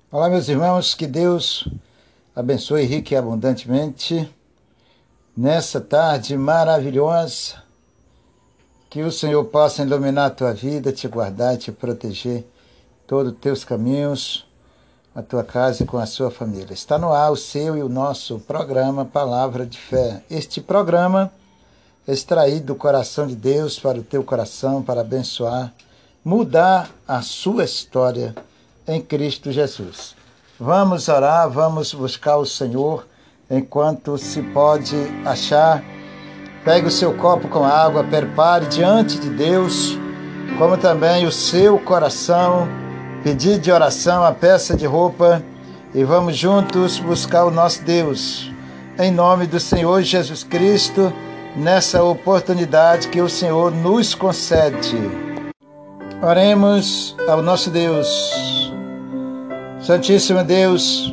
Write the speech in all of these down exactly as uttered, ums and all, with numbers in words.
Olá, meus irmãos, que Deus abençoe rica e abundantemente nessa tarde maravilhosa, que o Senhor possa iluminar a tua vida, te guardar e te proteger todos os teus caminhos, a tua casa e com a sua família. Está no ar o seu e o nosso programa Palavra de Fé. Este programa é extraído do coração de Deus para o teu coração, para abençoar, mudar a sua história em Cristo Jesus. Vamos orar, vamos buscar o Senhor enquanto se pode achar. Pegue o seu copo com água, prepare diante de Deus, como também o seu coração, pedido de oração, a peça de roupa, e vamos juntos buscar o nosso Deus, em nome do Senhor Jesus Cristo, nessa oportunidade que o Senhor nos concede. Oremos ao nosso Deus. Santíssimo Deus,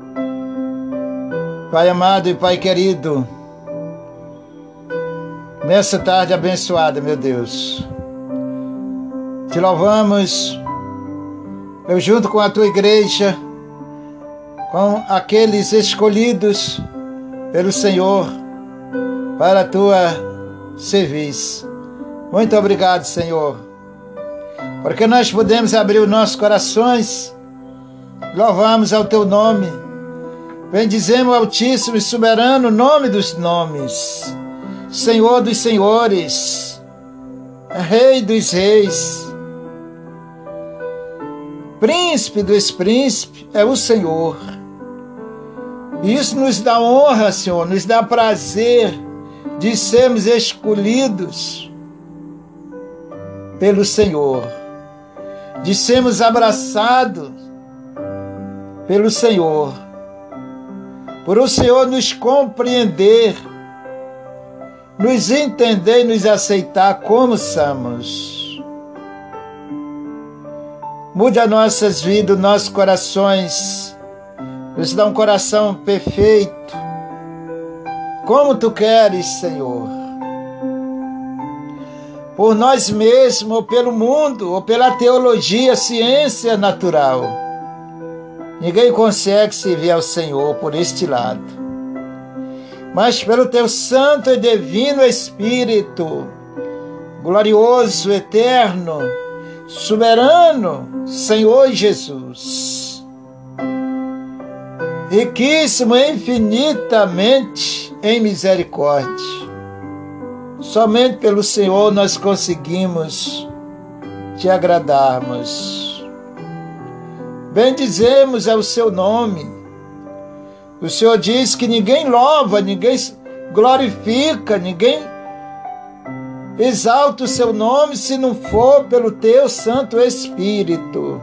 Pai amado e Pai querido, nessa tarde abençoada, meu Deus, te louvamos, eu junto com a tua igreja, com aqueles escolhidos pelo Senhor para a tua serviço. Muito obrigado, Senhor, porque nós podemos abrir os nossos corações. Louvamos ao teu nome, bendizemos o altíssimo e soberano nome dos nomes, Senhor dos senhores, Rei dos reis, Príncipe dos príncipes é o Senhor. Isso nos dá honra, Senhor, nos dá prazer de sermos escolhidos pelo Senhor, de sermos abraçados pelo Senhor, por o Senhor nos compreender, nos entender e nos aceitar como somos. Mude as nossas vidas, nossos corações, nos dá um coração perfeito, como Tu queres, Senhor. Por nós mesmos, ou pelo mundo, ou pela teologia, ciência natural, ninguém consegue servir ao Senhor por este lado. Mas pelo Teu Santo e Divino Espírito, glorioso, eterno, soberano, Senhor Jesus, riquíssimo infinitamente em misericórdia, somente pelo Senhor nós conseguimos Te agradarmos. Bendizemos ao Seu nome. O Senhor diz que ninguém louva, ninguém glorifica, ninguém exalta o Seu nome se não for pelo Teu Santo Espírito.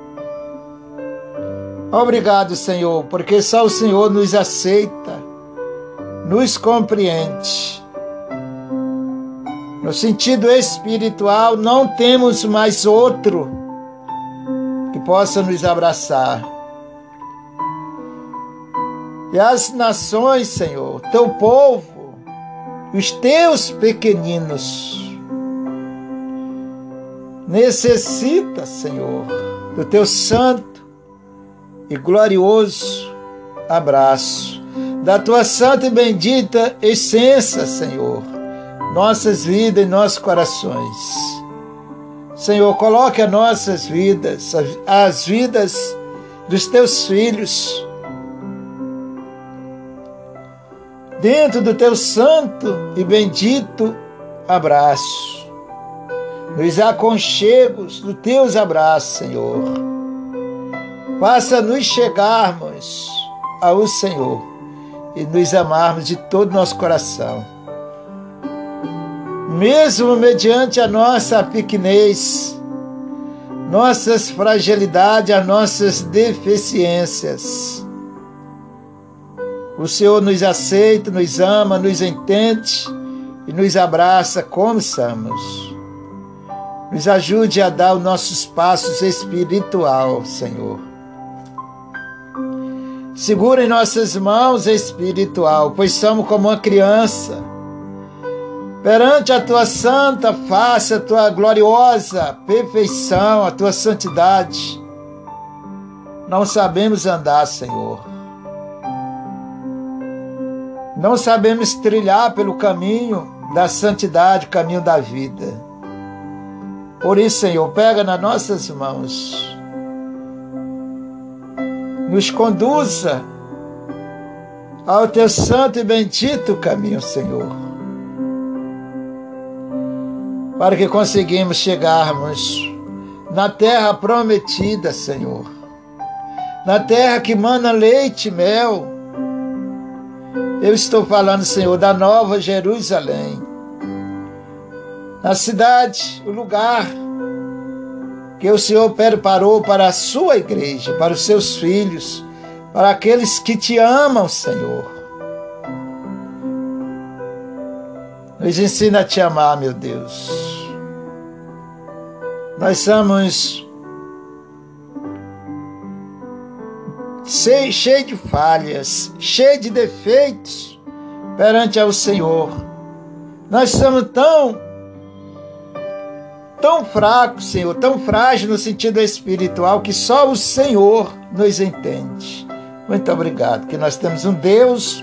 Obrigado, Senhor, porque só o Senhor nos aceita, nos compreende. No sentido espiritual, não temos mais outro que possa nos abraçar. E as nações, Senhor, Teu povo, os Teus pequeninos, necessita, Senhor, do Teu santo e glorioso abraço, da Tua santa e bendita essência, Senhor, nossas vidas e nossos corações. Senhor, coloque as nossas vidas, as vidas dos Teus filhos, dentro do Teu santo e bendito abraço, nos aconchegos dos Teus abraços, Senhor. Faça-nos chegarmos ao Senhor e nos amarmos de todo o nosso coração. Mesmo mediante a nossa pequenez, nossas fragilidades, as nossas deficiências, o Senhor nos aceita, nos ama, nos entende e nos abraça como somos. Nos ajude a dar os nossos passos espiritual, Senhor. Segura em nossas mãos espiritual, pois somos como uma criança. Perante a Tua santa face, a Tua gloriosa perfeição, a Tua santidade, não sabemos andar, Senhor. Não sabemos trilhar pelo caminho da santidade, o caminho da vida. Por isso, Senhor, pega nas nossas mãos. Nos conduza ao teu santo e bendito caminho, Senhor. Para que conseguimos chegarmos na terra prometida, Senhor. Na terra que mana leite e mel. Eu estou falando, Senhor, da Nova Jerusalém. Na cidade, o lugar que o Senhor preparou para a sua igreja, para os seus filhos, para aqueles que te amam, Senhor. Nos ensina a te amar, meu Deus. Nós somos cheios de falhas, cheios de defeitos perante ao Senhor. Nós somos tão, tão fracos, Senhor, tão frágeis no sentido espiritual que só o Senhor nos entende. Muito obrigado, que nós temos um Deus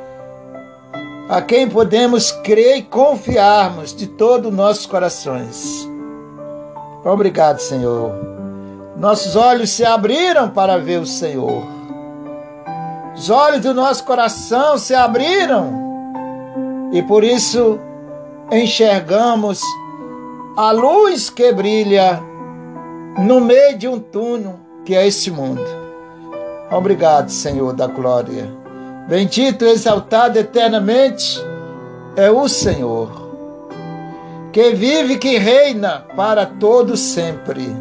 a quem podemos crer e confiarmos de todo os nossos corações. Obrigado, Senhor. Nossos olhos se abriram para ver o Senhor. Os olhos do nosso coração se abriram e por isso enxergamos a luz que brilha no meio de um túnel que é esse mundo. Obrigado, Senhor da glória. Bendito e exaltado eternamente é o Senhor, que vive e que reina para todo sempre.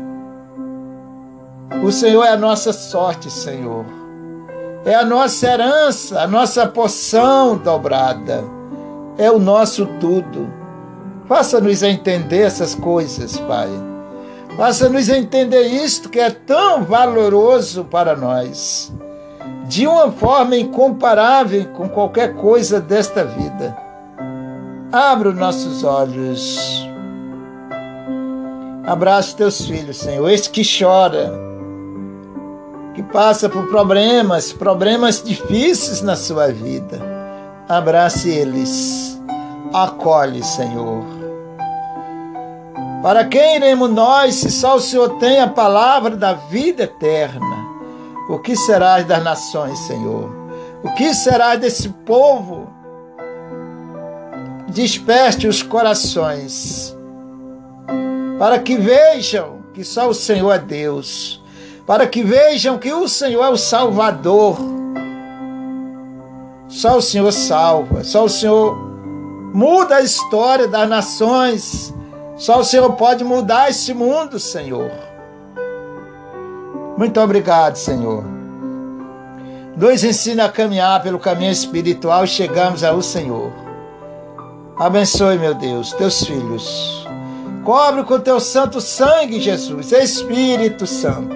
O Senhor é a nossa sorte, Senhor. É a nossa herança, a nossa porção dobrada. É o nosso tudo. Faça-nos entender essas coisas, Pai. Faça-nos entender isto que é tão valoroso para nós, de uma forma incomparável com qualquer coisa desta vida. Abra os nossos olhos. Abraça teus filhos, Senhor. Este que chora, que passa por problemas, problemas difíceis na sua vida. Abrace eles. Acolhe, Senhor. Para quem iremos nós, se só o Senhor tem a palavra da vida eterna? O que será das nações, Senhor? O que será desse povo? Desperte os corações, para que vejam que só o Senhor é Deus, para que vejam que o Senhor é o Salvador. Só o Senhor salva, só o Senhor muda a história das nações, só o Senhor pode mudar esse mundo, Senhor. Muito obrigado, Senhor. Nos ensina a caminhar pelo caminho espiritual e chegamos ao Senhor. Abençoe, meu Deus, teus filhos. Cobre com teu santo sangue, Jesus, Espírito Santo.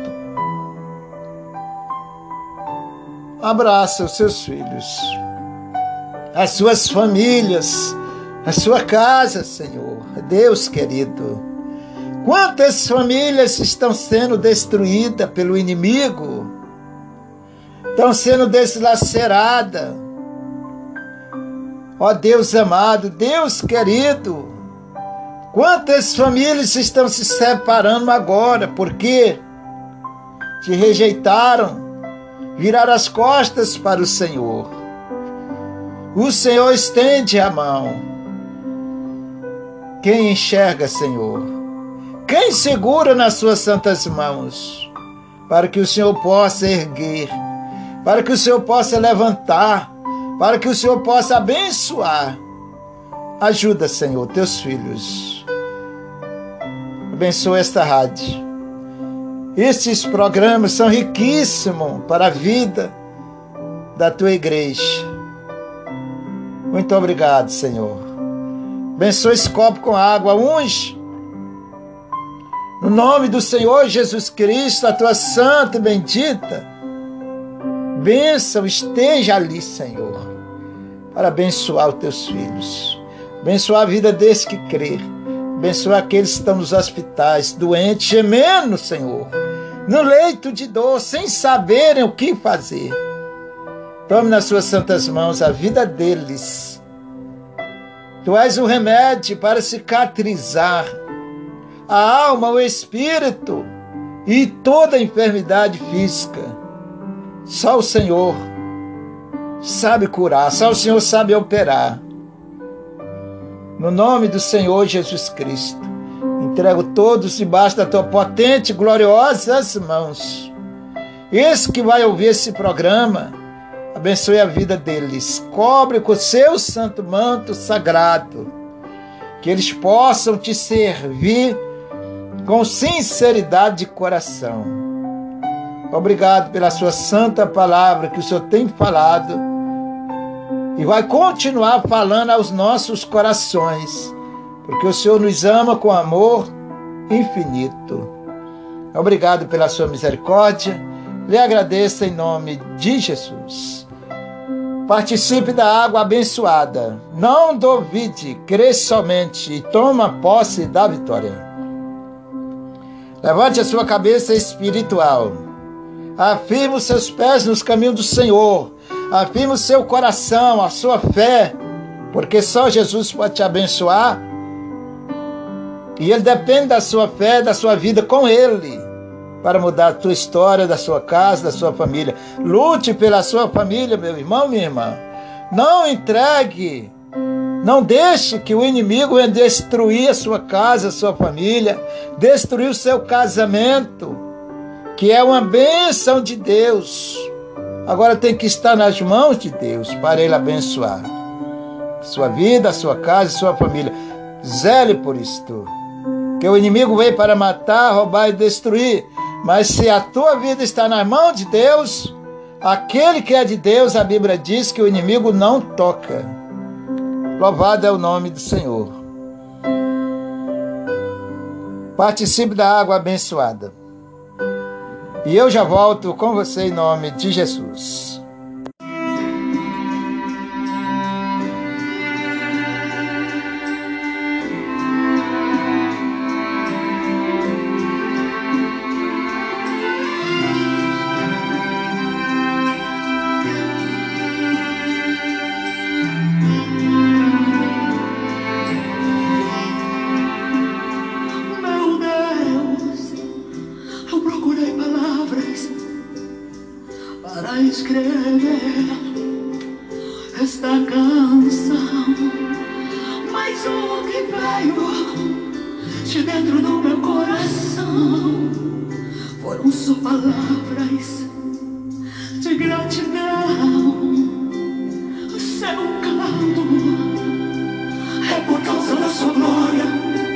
Abraça os seus filhos, as suas famílias, a sua casa, Senhor. Deus querido, quantas famílias estão sendo destruídas pelo inimigo, estão sendo deslaceradas. Ó Deus amado, Deus querido, quantas famílias estão se separando agora porque te rejeitaram, viraram as costas para o Senhor. O Senhor estende a mão. Quem enxerga, Senhor? Quem segura nas suas santas mãos? Para que o Senhor possa erguer, para que o Senhor possa levantar, para que o Senhor possa abençoar. Ajuda, Senhor, teus filhos. Abençoa esta rádio. Estes programas são riquíssimos para a vida da tua igreja. Muito obrigado, Senhor. Abençoa esse copo com água, unge. No nome do Senhor Jesus Cristo, a tua santa e bendita bênção esteja ali, Senhor, para abençoar os teus filhos. Abençoar a vida desse que crê. Abençoa aqueles que estão nos hospitais, doentes, gemendo, Senhor. no leito de dor, sem saberem o que fazer. Tome nas suas santas mãos a vida deles. Tu és o remédio para cicatrizar a alma, o espírito e toda enfermidade física. Só o Senhor sabe curar, só o Senhor sabe operar. No nome do Senhor Jesus Cristo, entrego todos debaixo da tua potente e gloriosas mãos. Esse que vai ouvir esse programa, abençoe a vida deles, cobre com o seu santo manto sagrado, que eles possam te servir com sinceridade de coração. Obrigado pela sua santa palavra que o Senhor tem falado e vai continuar falando aos nossos corações, porque o Senhor nos ama com amor infinito. Obrigado pela sua misericórdia, lhe agradeço em nome de Jesus. Participe da água abençoada, não duvide, crê somente e toma posse da vitória. Levante a sua cabeça espiritual, afirme os seus pés nos caminhos do Senhor, afirme o seu coração, a sua fé, porque só Jesus pode te abençoar e Ele depende da sua fé, da sua vida com Ele, para mudar a tua história, da sua casa, da sua família. Lute pela sua família, meu irmão, minha irmã. Não entregue, não deixe que o inimigo venha destruir a sua casa, a sua família, destruir o seu casamento, que é uma bênção de Deus. Agora tem que estar nas mãos de Deus para Ele abençoar sua vida, a sua casa e sua família. Zele por isto, que o inimigo veio para matar, roubar e destruir. Mas se a tua vida está nas mãos de Deus, aquele que é de Deus, a Bíblia diz que o inimigo não toca. Louvado é o nome do Senhor. Participe da água abençoada. E eu já volto com você em nome de Jesus. Escrever esta canção, mas o que veio de dentro do meu coração foram só palavras de gratidão. Seu canto é por causa da sua glória,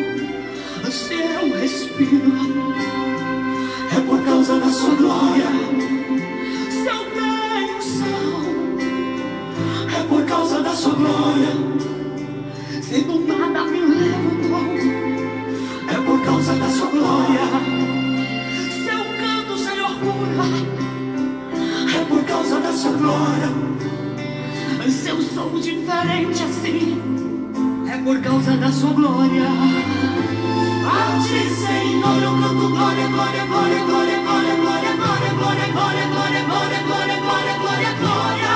seu respiro é por causa da sua glória. Por causa da sua glória, se do nada me levantou, é por causa da sua glória. Seu canto, Senhor, cura, é por causa da sua glória. Se eu sou diferente assim, é por causa da sua glória. A ti, Senhor, eu canto glória, glória, glória, glória, glória, glória, glória, glória, glória, glória, glória, glória, glória, glória, glória.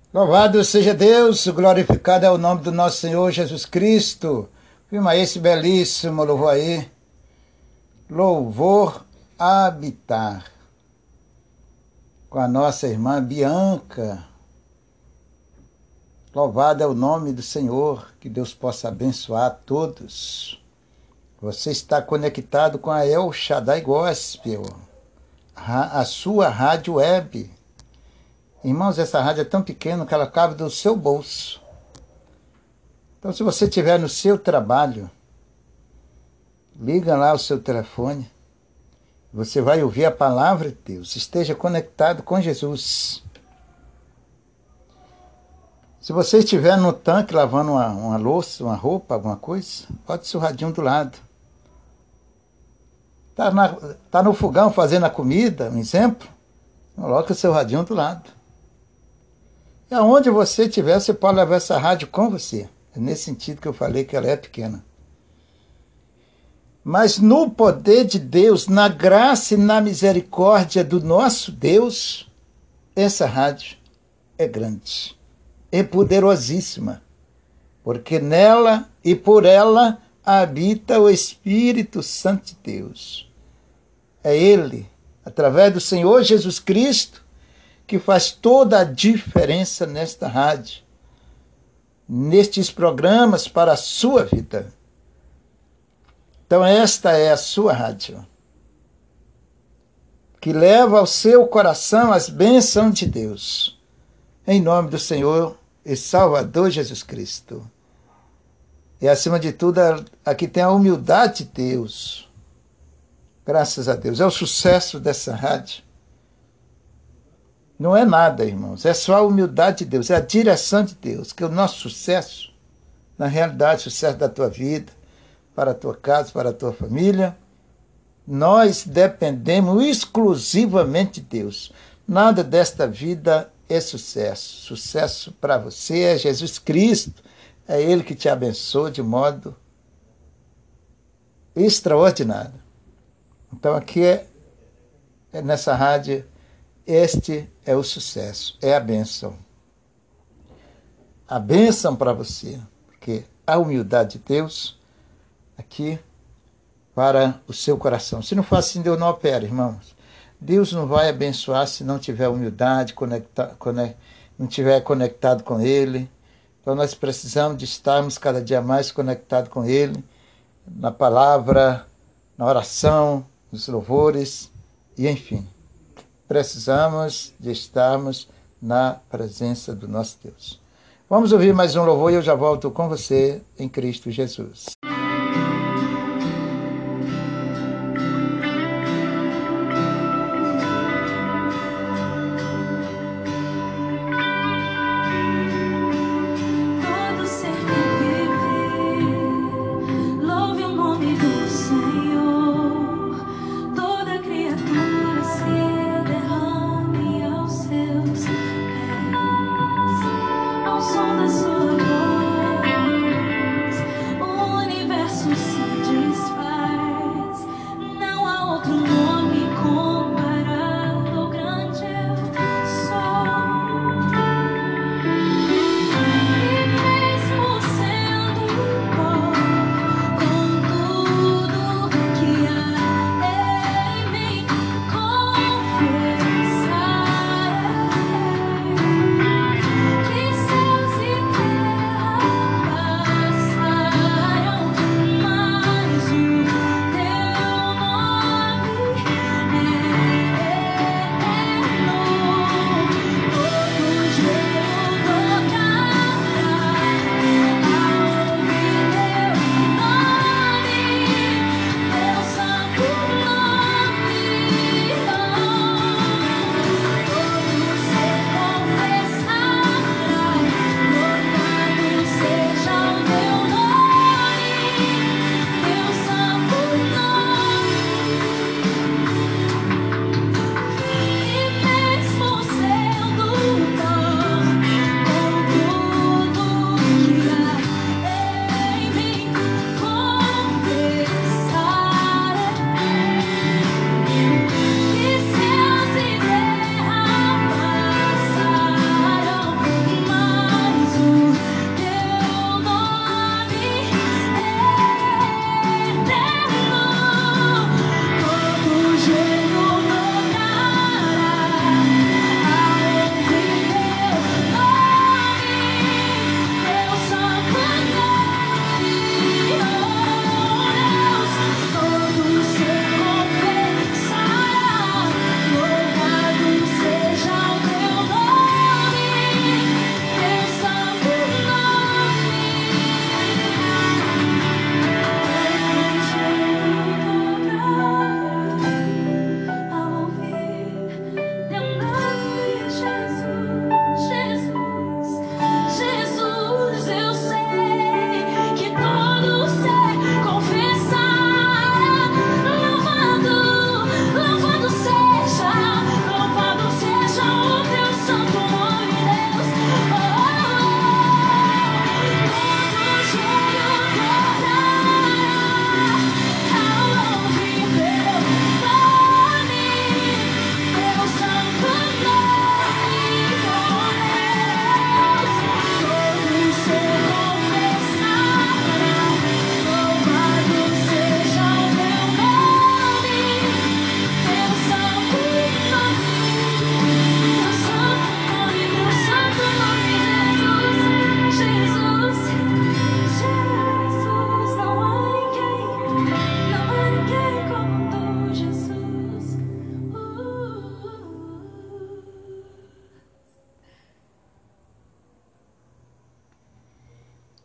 Louvado seja Deus, glorificado é o nome do nosso Senhor Jesus Cristo. Firma esse belíssimo louvor aí. Louvor habitar. Com a nossa irmã Bianca. Louvado é o nome do Senhor, que Deus possa abençoar a todos. Você está conectado com a El Shaddai Gospel, a sua rádio web. Irmãos, essa rádio é tão pequena que ela cabe do seu bolso. Então, se você estiver no seu trabalho, liga lá o seu telefone, você vai ouvir a palavra de Deus. Esteja conectado com Jesus. Se você estiver no tanque lavando uma, uma louça, uma roupa, alguma coisa, bota seu radinho do lado. Está tá no fogão fazendo a comida, um exemplo, coloca o seu radinho do lado. E aonde você estiver, você pode levar essa rádio com você. É nesse sentido que eu falei que ela é pequena. Mas no poder de Deus, na graça e na misericórdia do nosso Deus, essa rádio é grande, é poderosíssima, porque nela e por ela habita o Espírito Santo de Deus. É Ele, através do Senhor Jesus Cristo, que faz toda a diferença nesta rádio, nestes programas para a sua vida. Então esta é a sua rádio, que leva ao seu coração as bênçãos de Deus, em nome do Senhor e Salvador Jesus Cristo. E acima de tudo, aqui tem a humildade de Deus. Graças a Deus. É o sucesso dessa rádio. Não é nada, irmãos. É só a humildade de Deus. É a direção de Deus. Que o nosso sucesso, na realidade, o sucesso da tua vida, para a tua casa, para a tua família, nós dependemos exclusivamente de Deus. Nada desta vida é sucesso. Sucesso para você é Jesus Cristo. É Ele que te abençoa de modo extraordinário. Então aqui é, é nessa rádio, este é o sucesso, é a bênção. A bênção para você, porque a humildade de Deus aqui para o seu coração. Se não for assim, Deus não opera, irmãos. Deus não vai abençoar se não tiver humildade, conecta, conect, não tiver conectado com Ele. Então nós precisamos de estarmos cada dia mais conectados com Ele, na palavra, na oração, nos louvores, e enfim. Precisamos de estarmos na presença do nosso Deus. Vamos ouvir mais um louvor e eu já volto com você em Cristo Jesus. Ao som da sua voz,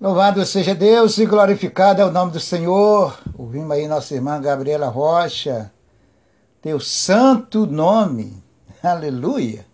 Louvado seja Deus e glorificado é o nome do Senhor. Ouvimos aí nossa irmã Gabriela Rocha. Teu santo nome. Aleluia.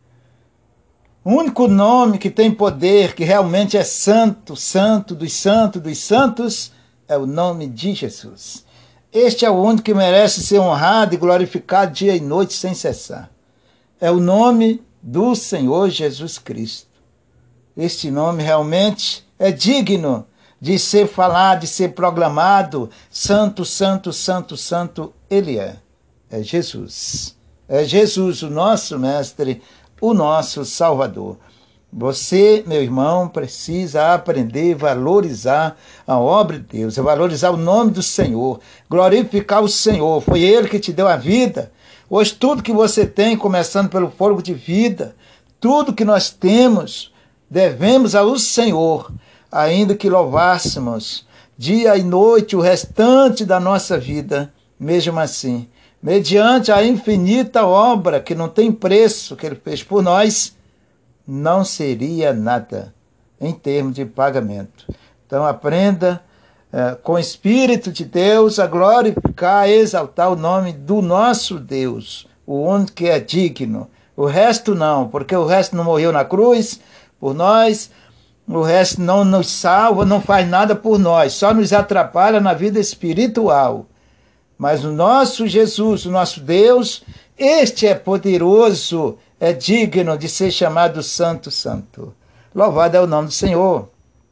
O único nome que tem poder, que realmente é santo, santo dos santos dos santos, é o nome de Jesus. Este é o único que merece ser honrado e glorificado dia e noite sem cessar. É o nome do Senhor Jesus Cristo. Este nome realmente é digno de ser falado, de ser proclamado. Santo, santo, santo, santo, Ele é. É Jesus. É Jesus, o nosso mestre, o nosso Salvador. Você, meu irmão, precisa aprender a valorizar a obra de Deus, a valorizar o nome do Senhor, glorificar o Senhor. Foi Ele que te deu a vida. Hoje tudo que você tem, começando pelo fôlego de vida, tudo que nós temos, devemos ao Senhor, ainda que louvássemos dia e noite o restante da nossa vida, mesmo assim, mediante a infinita obra que não tem preço que Ele fez por nós, não seria nada em termos de pagamento. Então aprenda eh, com o Espírito de Deus a glorificar, a exaltar o nome do nosso Deus, o único que é digno. O resto não, porque o resto não morreu na cruz por nós, o resto não nos salva, não faz nada por nós, só nos atrapalha na vida espiritual. Mas o nosso Jesus, o nosso Deus, este é poderoso, é digno de ser chamado Santo Santo. Louvado é o nome do Senhor.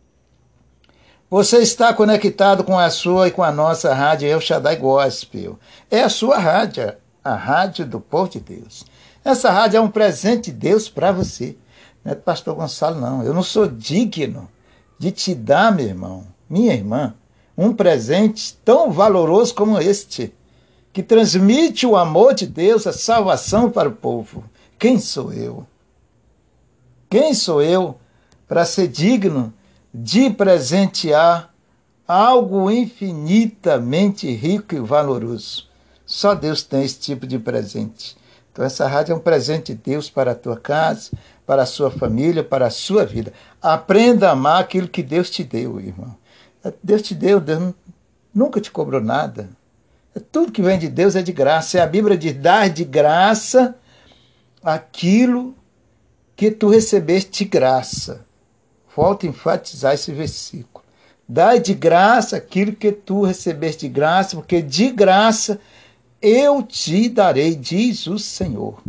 Você está conectado com a sua e com a nossa rádio El Shaddai Gospel. É a sua rádio, a rádio do povo de Deus. Essa rádio é um presente de Deus para você. Não é do pastor Gonçalo, não. Eu não sou digno de te dar, meu irmão, minha irmã, um presente tão valoroso como este, que transmite o amor de Deus, a salvação para o povo. Quem sou eu? Quem sou eu para ser digno de presentear algo infinitamente rico e valoroso? Só Deus tem esse tipo de presente. Então essa rádio é um presente de Deus para a tua casa, para a sua família, para a sua vida. Aprenda a amar aquilo que Deus te deu, irmão. Deus te deu, Deus nunca te cobrou nada. Tudo que vem de Deus é de graça. É a Bíblia diz, dar de graça aquilo que tu recebeste de graça. Volto a enfatizar esse versículo. Dai de graça aquilo que tu recebeste de graça, porque de graça eu te darei, diz o Senhor.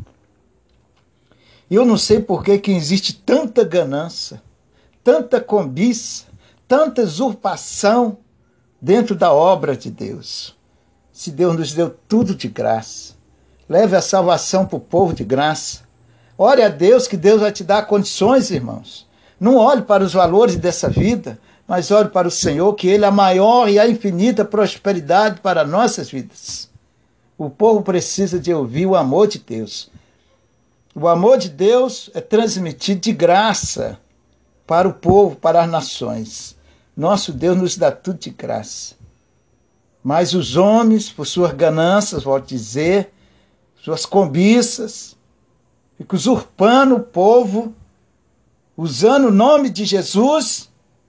E eu não sei por que que existe tanta ganância, tanta cobiça, tanta usurpação dentro da obra de Deus. Se Deus nos deu tudo de graça, leve a salvação para o povo de graça. Ore a Deus, que Deus vai te dar condições, irmãos. Não olhe para os valores dessa vida, mas olhe para o Senhor, que Ele é a maior e a infinita prosperidade para nossas vidas. O povo precisa de ouvir o amor de Deus. O amor de Deus é transmitido de graça para o povo, para as nações. Nosso Deus nos dá tudo de graça. Mas os homens, por suas ganâncias, vou dizer, suas cobiças, ficam usurpando o povo, usando o nome de Jesus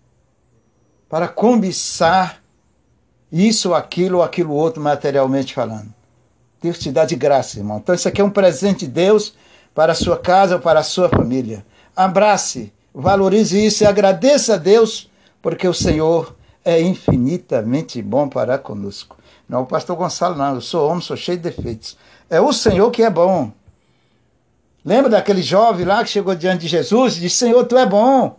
para cobiçar isso ou aquilo ou aquilo outro, materialmente falando. Deus te dá de graça, irmão. Então isso aqui é um presente de Deus para a sua casa, para a sua família. Abrace, valorize isso e agradeça a Deus, porque o Senhor é infinitamente bom para conosco. Não é o pastor Gonçalo, não. Eu sou homem, sou cheio de defeitos. É o Senhor que é bom. Lembra daquele jovem lá que chegou diante de Jesus e disse, Senhor, tu é bom.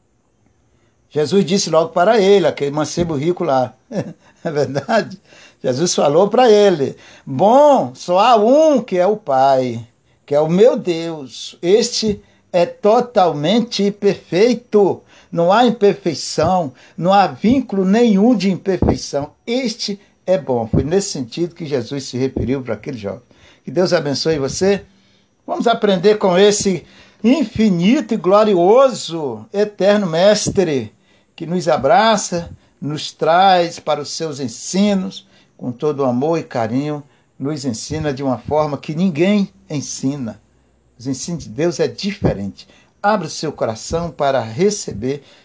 Jesus disse logo para ele, aquele mancebo rico lá. É verdade? Jesus falou para ele, bom, só há um que é o Pai, que é o meu Deus. Este é totalmente perfeito. Não há imperfeição, não há vínculo nenhum de imperfeição. Este é bom. Foi nesse sentido que Jesus se referiu para aquele jovem. Que Deus abençoe você. Vamos aprender com esse infinito e glorioso, eterno Mestre, que nos abraça, nos traz para os seus ensinos, com todo amor e carinho, nos ensina de uma forma que ninguém ensina. Os ensinos de Deus é diferente. Abra o seu coração para receber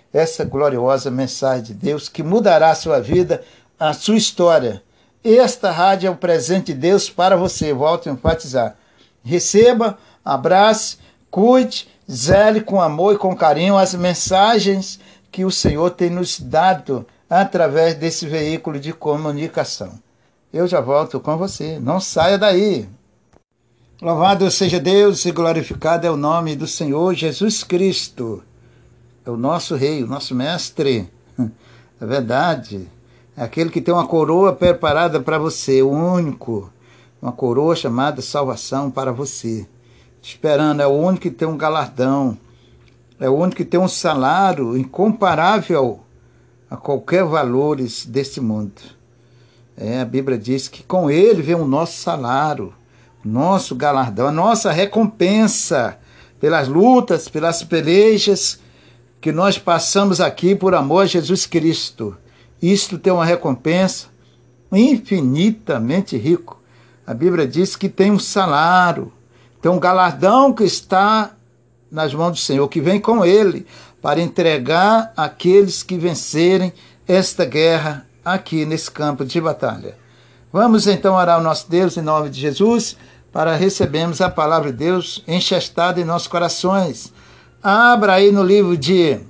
essa gloriosa mensagem de Deus que mudará a sua vida, a sua história. Esta rádio é um presente de Deus para você, volto a enfatizar. Receba, abrace, cuide, zele com amor e com carinho as mensagens que o Senhor tem nos dado através desse veículo de comunicação. Eu já volto com você, não saia daí. Louvado seja Deus e glorificado é o nome do Senhor Jesus Cristo. É o nosso Rei, o nosso Mestre. É verdade. É aquele que tem uma coroa preparada para você, o único. Uma coroa chamada salvação para você. Esperando, é o único que tem um galardão. É o único que tem um salário incomparável a qualquer valores deste mundo. É, a Bíblia diz que com ele vem o nosso salário, o nosso galardão, a nossa recompensa pelas lutas, pelas pelejas que nós passamos aqui por amor a Jesus Cristo. Isto tem uma recompensa infinitamente rico. A Bíblia diz que tem um salário, tem um galardão que está nas mãos do Senhor, que vem com ele para entregar àqueles que vencerem esta guerra aqui nesse campo de batalha. Vamos então orar ao nosso Deus em nome de Jesus para recebermos a palavra de Deus enxestada em nossos corações. Abra aí no livro de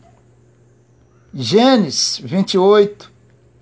Gênesis vinte e oito,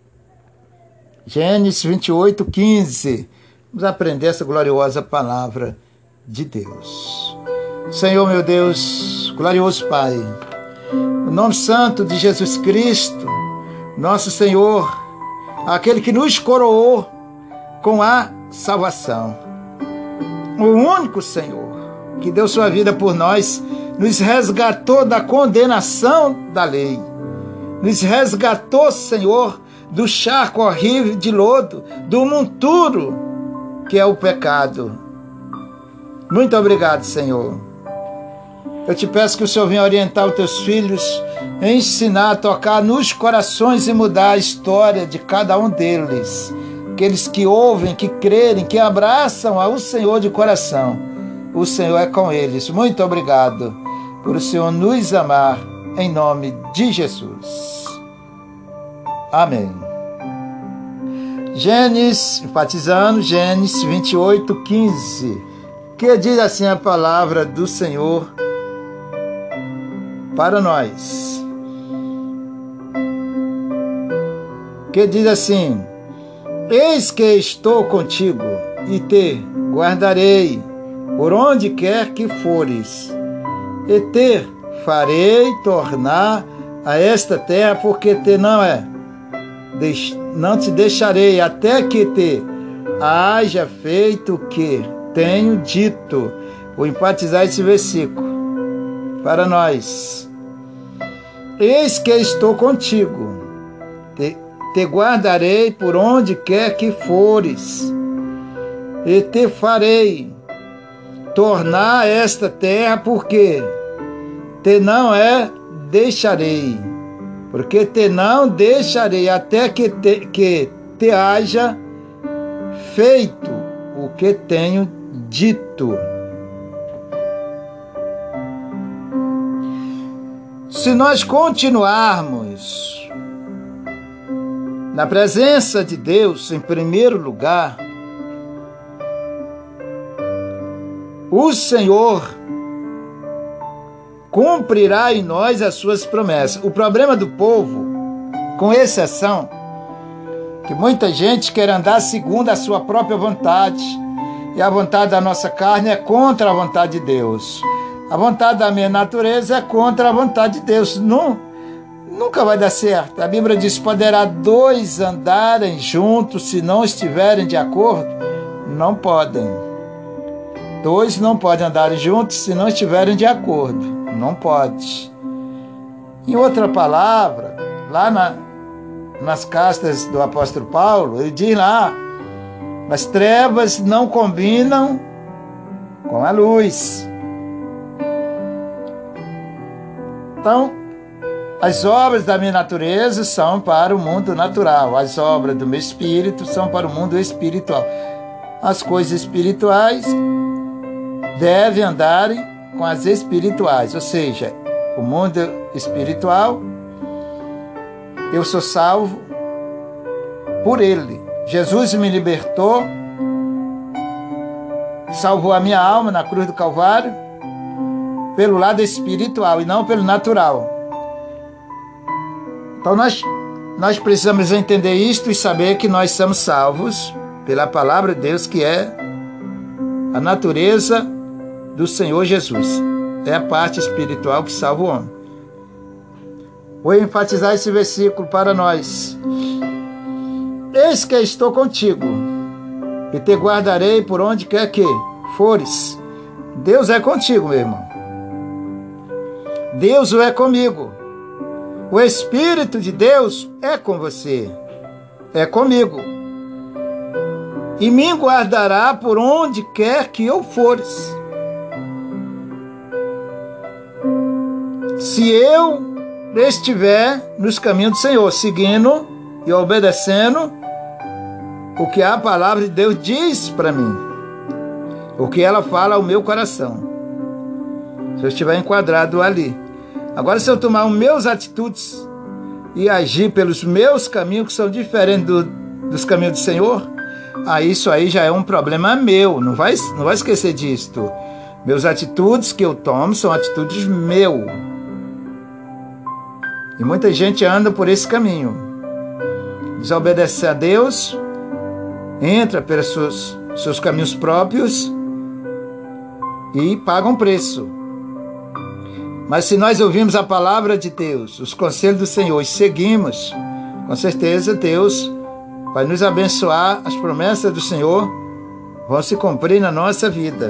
Gênesis vinte e oito, quinze. Vamos aprender essa gloriosa palavra de Deus. Senhor meu Deus, glorioso Pai, o nome santo de Jesus Cristo, nosso Senhor, aquele que nos coroou com a salvação, o único Senhor que deu sua vida por nós, nos resgatou da condenação da lei, nos resgatou, Senhor, do charco horrível de lodo, do monturo que é o pecado. Muito obrigado, Senhor. Eu te peço que o Senhor venha orientar os teus filhos, ensinar a tocar nos corações e mudar a história de cada um deles. Aqueles que ouvem, que crerem, que abraçam ao Senhor de coração. O Senhor é com eles. Muito obrigado por o Senhor nos amar, em nome de Jesus. Amém. Gênesis, enfatizando, Gênesis vinte e oito, quinze. Que diz assim a palavra do Senhor para nós. Que diz assim: eis que estou contigo e te guardarei por onde quer que fores, e te farei tornar a esta terra, porque te não é, não te deixarei até que te haja feito o que tenho dito. Vou enfatizar esse versículo para nós. Eis que estou contigo, te, te guardarei por onde quer que fores, e te farei tornar esta terra, porque te não é deixarei, porque te não deixarei até que te, que te haja feito o que tenho dito. Se nós continuarmos na presença de Deus em primeiro lugar, o Senhor cumprirá em nós as suas promessas. O problema do povo, com exceção, que muita gente quer andar segundo a sua própria vontade, e a vontade da nossa carne é contra a vontade de Deus. A vontade da minha natureza é contra a vontade de Deus. Não, nunca vai dar certo. A Bíblia diz: poderá dois andarem juntos se não estiverem de acordo? Não podem. Dois não podem andar juntos se não estiverem de acordo. Não pode. Em outra palavra, lá na, nas cartas do apóstolo Paulo, ele diz lá: as trevas não combinam com a luz. Então, as obras da minha natureza são para o mundo natural, as obras do meu espírito são para o mundo espiritual. As coisas espirituais devem andar com as espirituais, ou seja, o mundo espiritual eu sou salvo por Ele. Jesus me libertou, salvou a minha alma na cruz do Calvário, pelo lado espiritual e não pelo natural. Então nós, nós precisamos entender isto e saber que nós somos salvos pela palavra de Deus, que é a natureza do Senhor Jesus. É a parte espiritual que salva o homem. Vou enfatizar esse versículo para nós. Eis que estou contigo, e te guardarei por onde quer que fores. Deus é contigo, meu irmão. Deus é comigo. O Espírito de Deus é com você. É comigo. E me guardará por onde quer que eu fores. Se eu estiver nos caminhos do Senhor, seguindo e obedecendo o que a palavra de Deus diz para mim, o que ela fala ao meu coração, se eu estiver enquadrado ali. Agora, se eu tomar os meus atitudes e agir pelos meus caminhos, que são diferentes do, dos caminhos do Senhor, aí isso aí já é um problema meu. Não vai, não vai esquecer disto. Meus atitudes que eu tomo são atitudes meu. E muita gente anda por esse caminho. Desobedece a Deus, entra pelos seus, seus caminhos próprios e paga um preço. Mas se nós ouvirmos a palavra de Deus, os conselhos do Senhor, e seguimos, com certeza Deus vai nos abençoar, as promessas do Senhor vão se cumprir na nossa vida.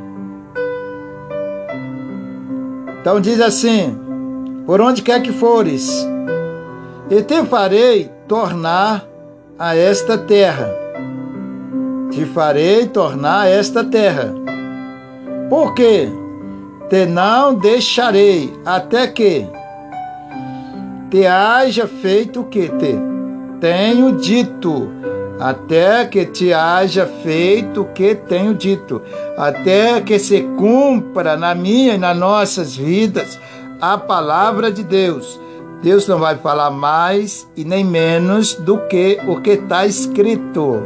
Então diz assim: por onde quer que fores, e te farei tornar a esta terra. Te farei tornar a esta terra. Por quê? Te não deixarei até que te haja feito o que te tenho dito. Até que te haja feito o que tenho dito. Até que se cumpra na minha e nas nossas vidas a palavra de Deus. Deus não vai falar mais e nem menos do que o que está escrito.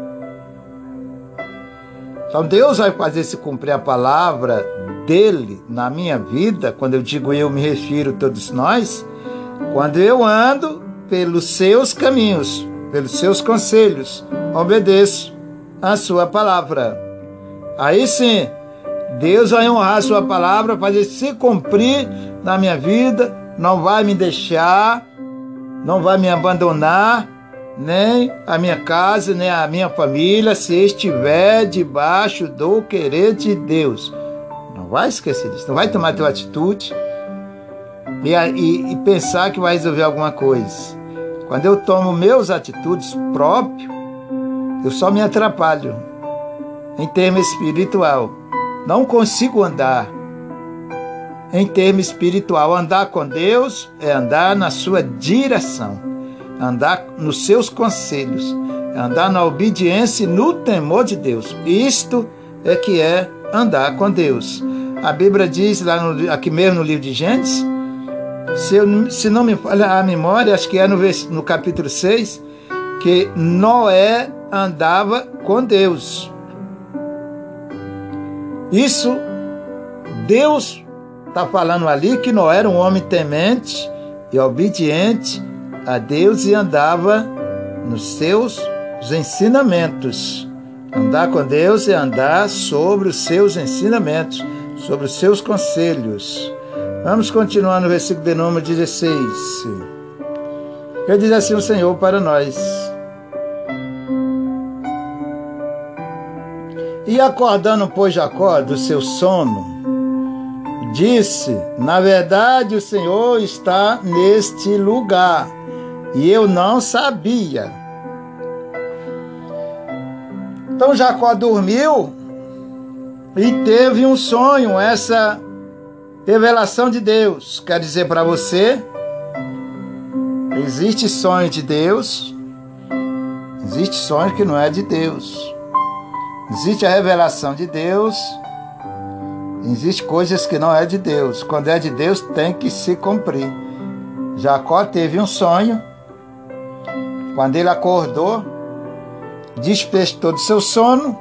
Então Deus vai fazer se cumprir a palavra dele na minha vida. Quando eu digo eu, me refiro a todos nós. Quando eu ando pelos seus caminhos, pelos seus conselhos, obedeço a sua palavra. Aí sim, Deus vai honrar a sua palavra, fazer se cumprir na minha vida, não vai me deixar, não vai me abandonar, nem a minha casa, nem a minha família, se estiver debaixo do querer de Deus. Não vai esquecer disso, não vai tomar tua atitude e, e, e pensar que vai resolver alguma coisa. Quando eu tomo meus atitudes próprios, eu só me atrapalho em termo espiritual. Não consigo andar em termo espiritual. Andar com Deus é andar na sua direção, andar nos seus conselhos, andar na obediência e no temor de Deus. Isto é que é andar com Deus. A Bíblia diz, lá no, aqui mesmo no livro de Gênesis, se, eu, se não me falha a memória, acho que é no, no capítulo seis, que Noé andava com Deus. Isso, Deus está falando ali que Noé era um homem temente e obediente a Deus e andava nos seus ensinamentos. Andar com Deus é andar sobre os seus ensinamentos, sobre os seus conselhos. Vamos continuar no versículo de número dezesseis. Que diz assim o Senhor para nós: e acordando, pois, Jacó do seu sono, disse: na verdade o Senhor está neste lugar, e eu não sabia. Então Jacó dormiu e teve um sonho, essa revelação de Deus. Quer dizer para você, existe sonho de Deus, existe sonho que não é de Deus. Existe a revelação de Deus, existe coisas que não é de Deus. Quando é de Deus, tem que se cumprir. Jacó teve um sonho Quando ele acordou, despertou do seu sono,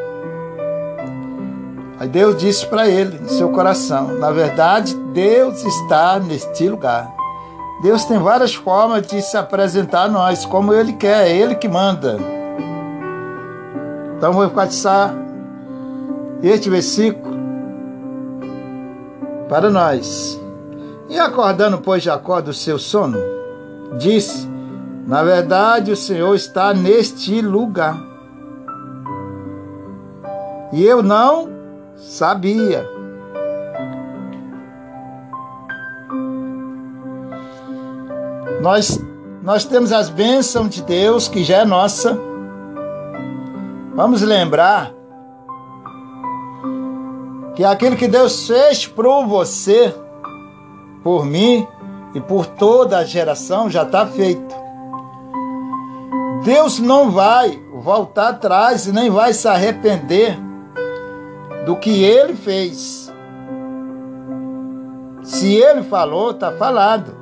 aí Deus disse para ele, em seu coração, na verdade, Deus está neste lugar. Deus tem várias formas de se apresentar a nós, como Ele quer, é Ele que manda. Então vou enfatizar este versículo para nós. E acordando, pois, Jacó do seu sono, disse, na verdade, o Senhor está neste lugar. E eu não sabia. Nós, nós temos as bênçãos de Deus, que já é nossa. Vamos lembrar que aquilo que Deus fez por você, por mim e por toda a geração já está feito. Deus não vai voltar atrás e nem vai se arrepender do que Ele fez. Se Ele falou, está falado.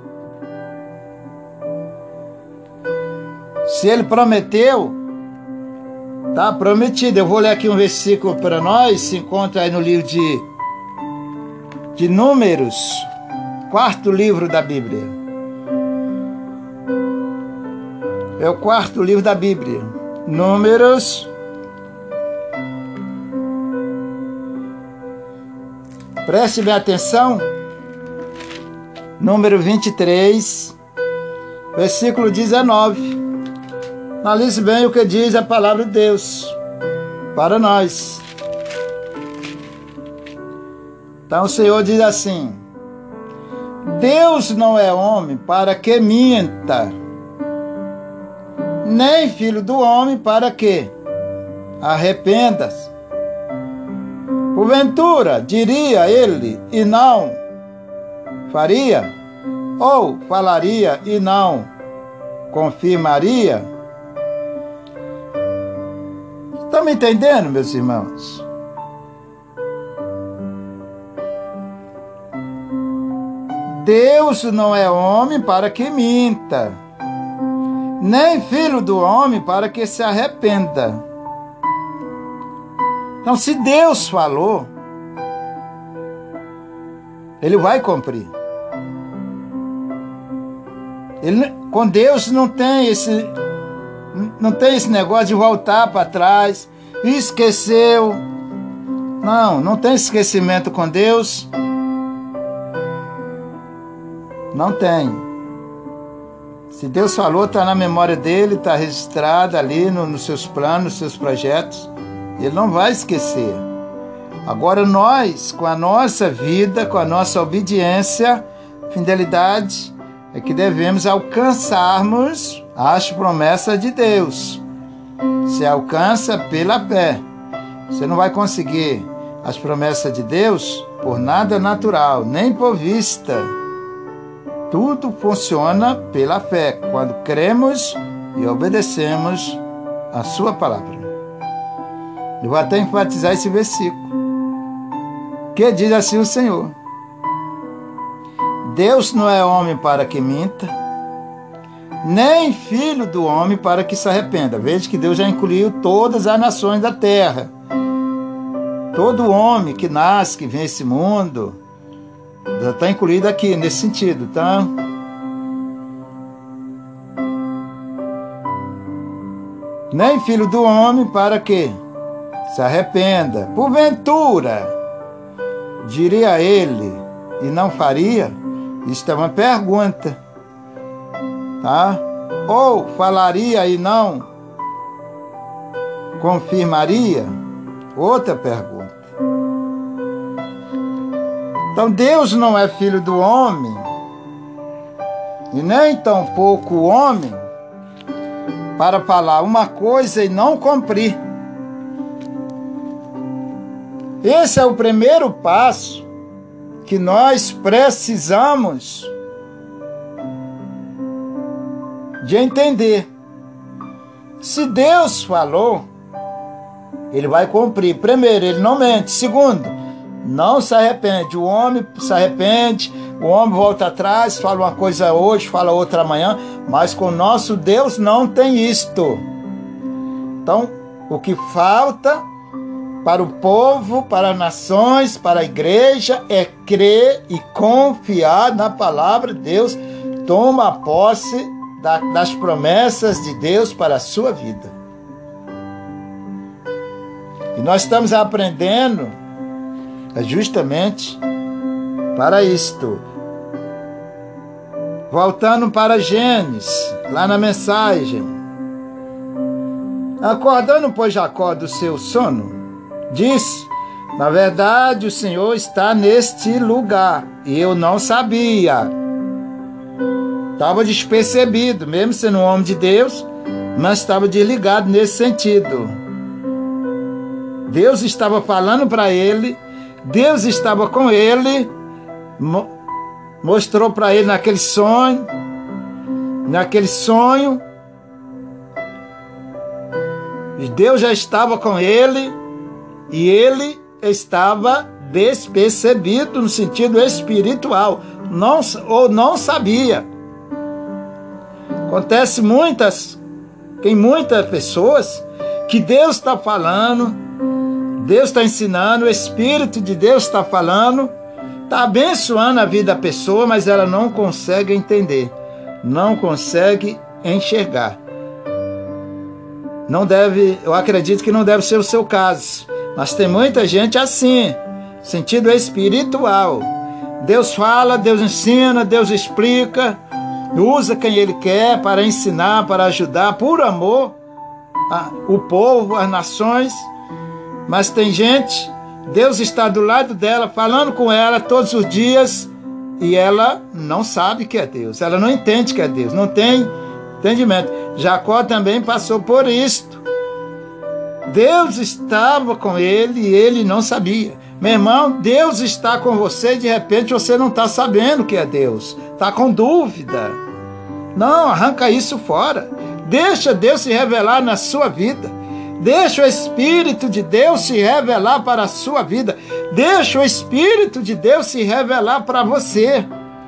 Se Ele prometeu, está prometido. Eu vou ler aqui um versículo para nós, se encontra aí no livro de, de Números, quarto livro da Bíblia. É o quarto livro da Bíblia. Números. Preste bem atenção. Número vinte e três, versículo dezenove. Analise bem o que diz a palavra de Deus para nós. Então o Senhor diz assim: Deus não é homem para que minta, nem filho do homem para que arrependas. Porventura, diria ele e não faria, ou falaria e não confirmaria? Estão me entendendo, meus irmãos? Deus não é homem para que minta, nem filho do homem para que se arrependa. Então, se Deus falou, Ele vai cumprir. Ele, com Deus não tem esse, não tem esse negócio de voltar para trás, esqueceu. Não, não tem esquecimento com Deus. Não tem. Se Deus falou, está na memória dele, está registrado ali no, nos seus planos, nos seus projetos. Ele não vai esquecer. Agora nós, com a nossa vida, com a nossa obediência, fidelidade, é que devemos alcançarmos as promessas de Deus. Se alcança pela fé. Você não vai conseguir as promessas de Deus por nada natural, nem por vista. Tudo funciona pela fé, quando cremos e obedecemos a sua palavra. Eu vou até enfatizar esse versículo, que diz assim o Senhor: Deus não é homem para que minta, nem filho do homem para que se arrependa. Veja que Deus já incluiu todas as nações da terra. Todo homem que nasce, que vem a esse mundo, já está incluído aqui, nesse sentido, tá? Nem filho do homem para que se arrependa. Porventura, diria ele, e não faria? Isto é uma pergunta, tá? Ou falaria e não confirmaria? Outra pergunta. Então Deus não é filho do homem, e nem tampouco homem, para falar uma coisa e não cumprir. Esse é o primeiro passo que nós precisamos de entender. Se Deus falou, Ele vai cumprir. Primeiro, Ele não mente. Segundo, não se arrepende. O homem se arrepende, o homem volta atrás, fala uma coisa hoje, fala outra amanhã, mas com o nosso Deus não tem isto. Então, o que falta para o povo, para as nações, para a igreja, é crer e confiar na palavra de Deus. Toma posse das promessas de Deus para a sua vida. E nós estamos aprendendo justamente para isto. Voltando para Gênesis, lá na mensagem. Acordando, pois, Jacó do seu sono, disse: na verdade, o Senhor está neste lugar, e eu não sabia. Estava despercebido, mesmo sendo um homem de Deus, mas estava desligado nesse sentido. Deus estava falando para ele, Deus estava com ele, mostrou para ele naquele sonho, naquele sonho, Deus já estava com ele, e ele estava despercebido no sentido espiritual, não, ou não sabia. Acontece muitas, tem muitas pessoas que Deus está falando, Deus está ensinando, o Espírito de Deus está falando, está abençoando a vida da pessoa, mas ela não consegue entender, não consegue enxergar. Não deve, eu acredito que não deve ser o seu caso, mas tem muita gente assim, sentido espiritual. Deus fala, Deus ensina, Deus explica, usa quem Ele quer para ensinar, para ajudar, por amor, a, o povo, as nações. Mas tem gente, Deus está do lado dela, falando com ela todos os dias, e ela não sabe que é Deus, ela não entende que é Deus, não tem entendimento. Jacó também passou por isto. Deus estava com ele e ele não sabia. Meu irmão, Deus está com você e de repente você não está sabendo que é Deus, está com dúvida. Não, arranca isso fora. Deixa Deus se revelar na sua vida. Deixa o Espírito de Deus se revelar para a sua vida. Deixa o Espírito de Deus se revelar para você.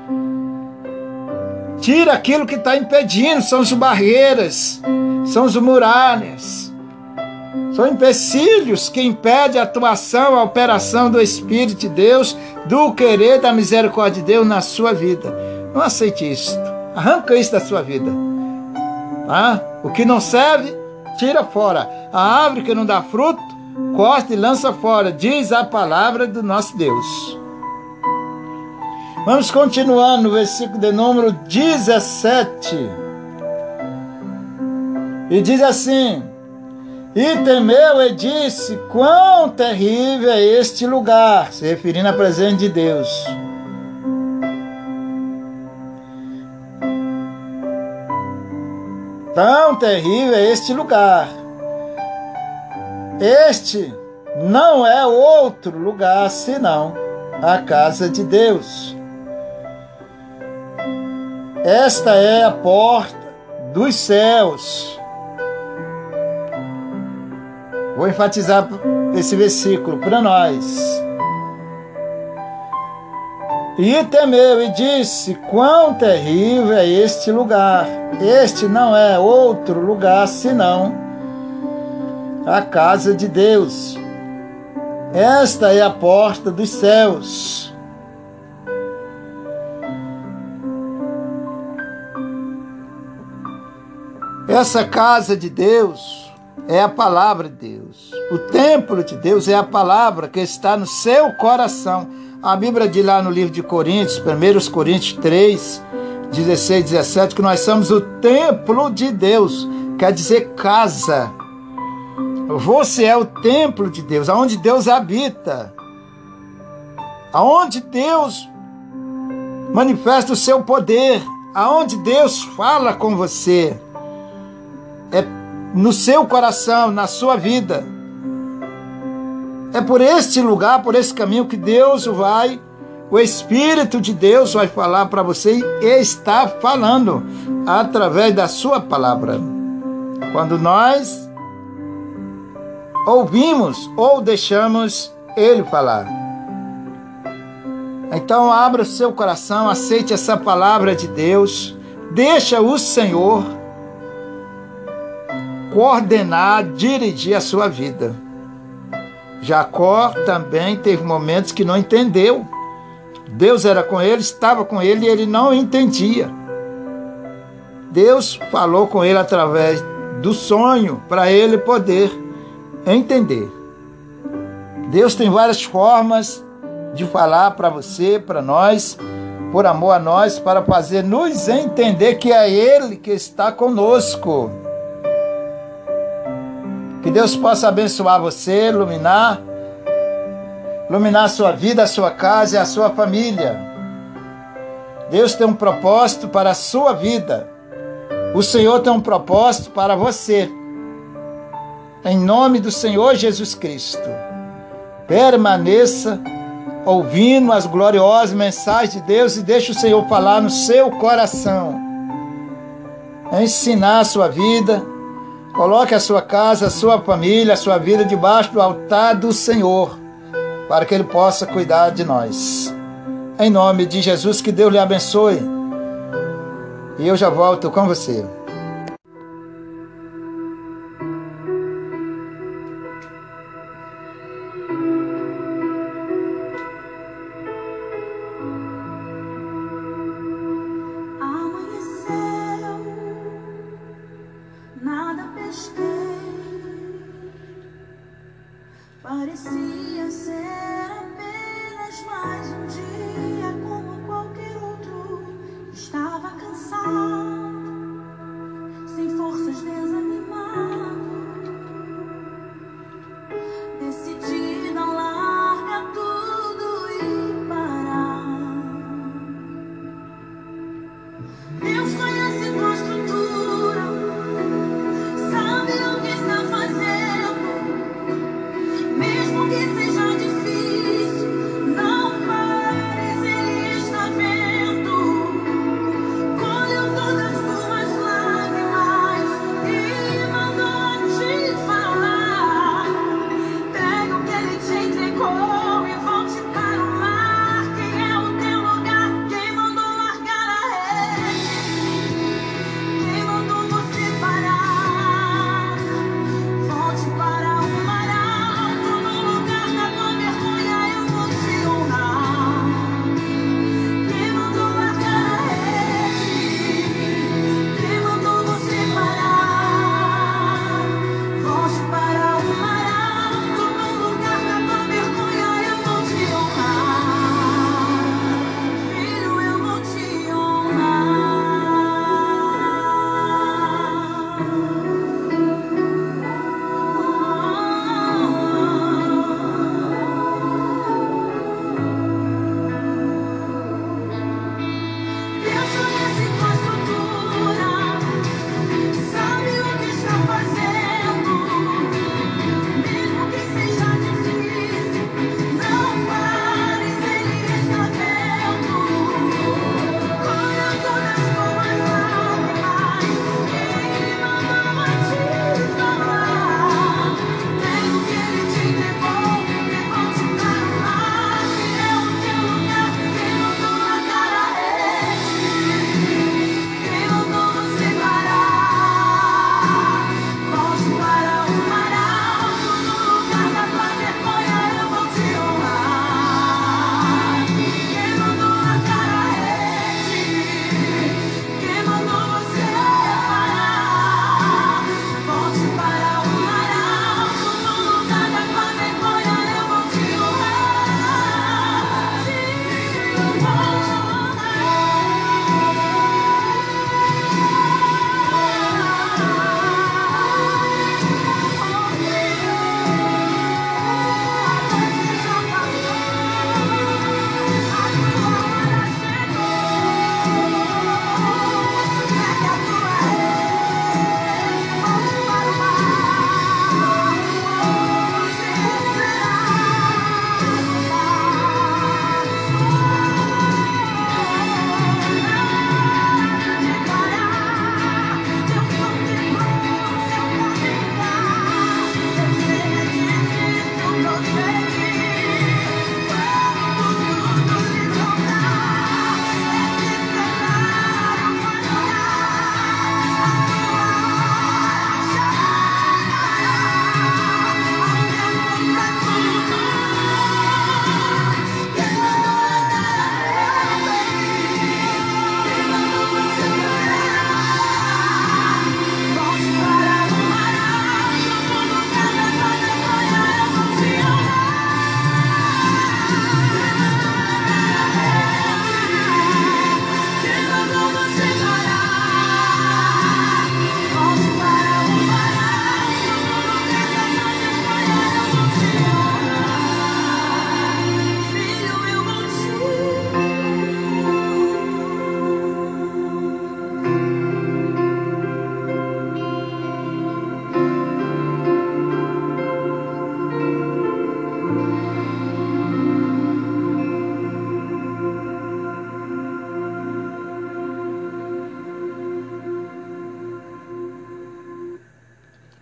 Tira aquilo que está impedindo, são as barreiras, são as muralhas, são empecilhos que impedem a atuação, a operação do Espírito de Deus, do querer da misericórdia de Deus na sua vida. Não aceite isto, arranca isso da sua vida. Tá? O que não serve, tira fora. A árvore que não dá fruto, corta e lança fora, diz a palavra do nosso Deus. Vamos continuar no versículo de número dezessete. E diz assim: e temeu e disse, quão terrível é este lugar, se referindo à presença de Deus. Tão terrível é este lugar. Este não é outro lugar senão a casa de Deus. Esta é a porta dos céus. Vou enfatizar esse versículo para nós. E temeu e disse, quão terrível é este lugar. Este não é outro lugar senão a casa de Deus. Esta é a porta dos céus. Essa casa de Deus é a palavra de Deus. O templo de Deus é a palavra que está no seu coração. A Bíblia diz lá no livro de Coríntios, primeira Coríntios três, dezesseis, dezessete, que nós somos o templo de Deus, quer dizer casa. Você é o templo de Deus, aonde Deus habita, aonde Deus manifesta o seu poder, aonde Deus fala com você. É no seu coração, na sua vida. É por este lugar, por esse caminho que Deus vai, o Espírito de Deus vai falar para você e está falando através da sua palavra. Quando nós ouvimos ou deixamos Ele falar. Então abra o seu coração, aceite essa palavra de Deus, deixa o Senhor coordenar, dirigir a sua vida. Jacó também teve momentos que não entendeu. Deus era com ele, estava com ele e ele não entendia. Deus falou com ele através do sonho para ele poder entender. Deus tem várias formas de falar para você, para nós, por amor a nós, para fazer nos entender que é Ele que está conosco. Que Deus possa abençoar você, iluminar, iluminar a sua vida, a sua casa e a sua família. Deus tem um propósito para a sua vida. O Senhor tem um propósito para você. Em nome do Senhor Jesus Cristo, permaneça ouvindo as gloriosas mensagens de Deus e deixe o Senhor falar no seu coração. Ensinar a sua vida. Coloque a sua casa, a sua família, a sua vida debaixo do altar do Senhor, para que Ele possa cuidar de nós. Em nome de Jesus, que Deus lhe abençoe. E eu já volto com você. Parecia ser apenas mais um dia como qualquer outro. Estava cansado, sem forças, desanimado, decidido a largar tudo e parar. Deus conhece tua estrutura, sabe o que está fazendo. Mesmo que seja difícil, não pares, Ele está vendo. Colheu toda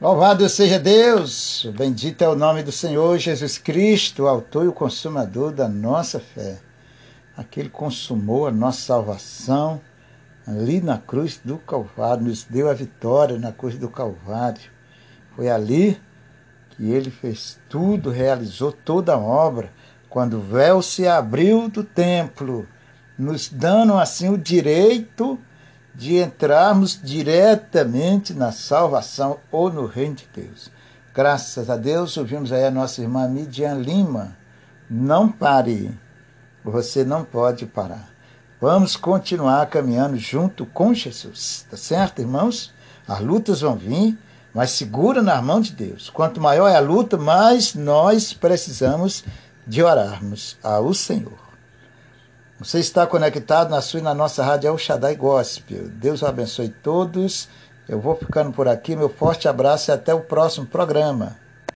Louvado seja Deus, bendito é o nome do Senhor Jesus Cristo, o autor e o consumador da nossa fé. Aquele que consumou a nossa salvação ali na cruz do Calvário, nos deu a vitória na cruz do Calvário. Foi ali que ele fez tudo, realizou toda a obra, quando o véu se abriu do templo, nos dando assim o direito de entrarmos diretamente na salvação ou no reino de Deus. Graças a Deus, ouvimos aí a nossa irmã Midian Lima. Não pare, você não pode parar. Vamos continuar caminhando junto com Jesus, tá certo, irmãos? As lutas vão vir, mas segura na mão de Deus. Quanto maior é a luta, mais nós precisamos de orarmos ao Senhor. Você está conectado na sua e na nossa rádio El Shaddai Gospel. Deus o abençoe todos. Eu vou ficando por aqui. Meu forte abraço e até o próximo programa.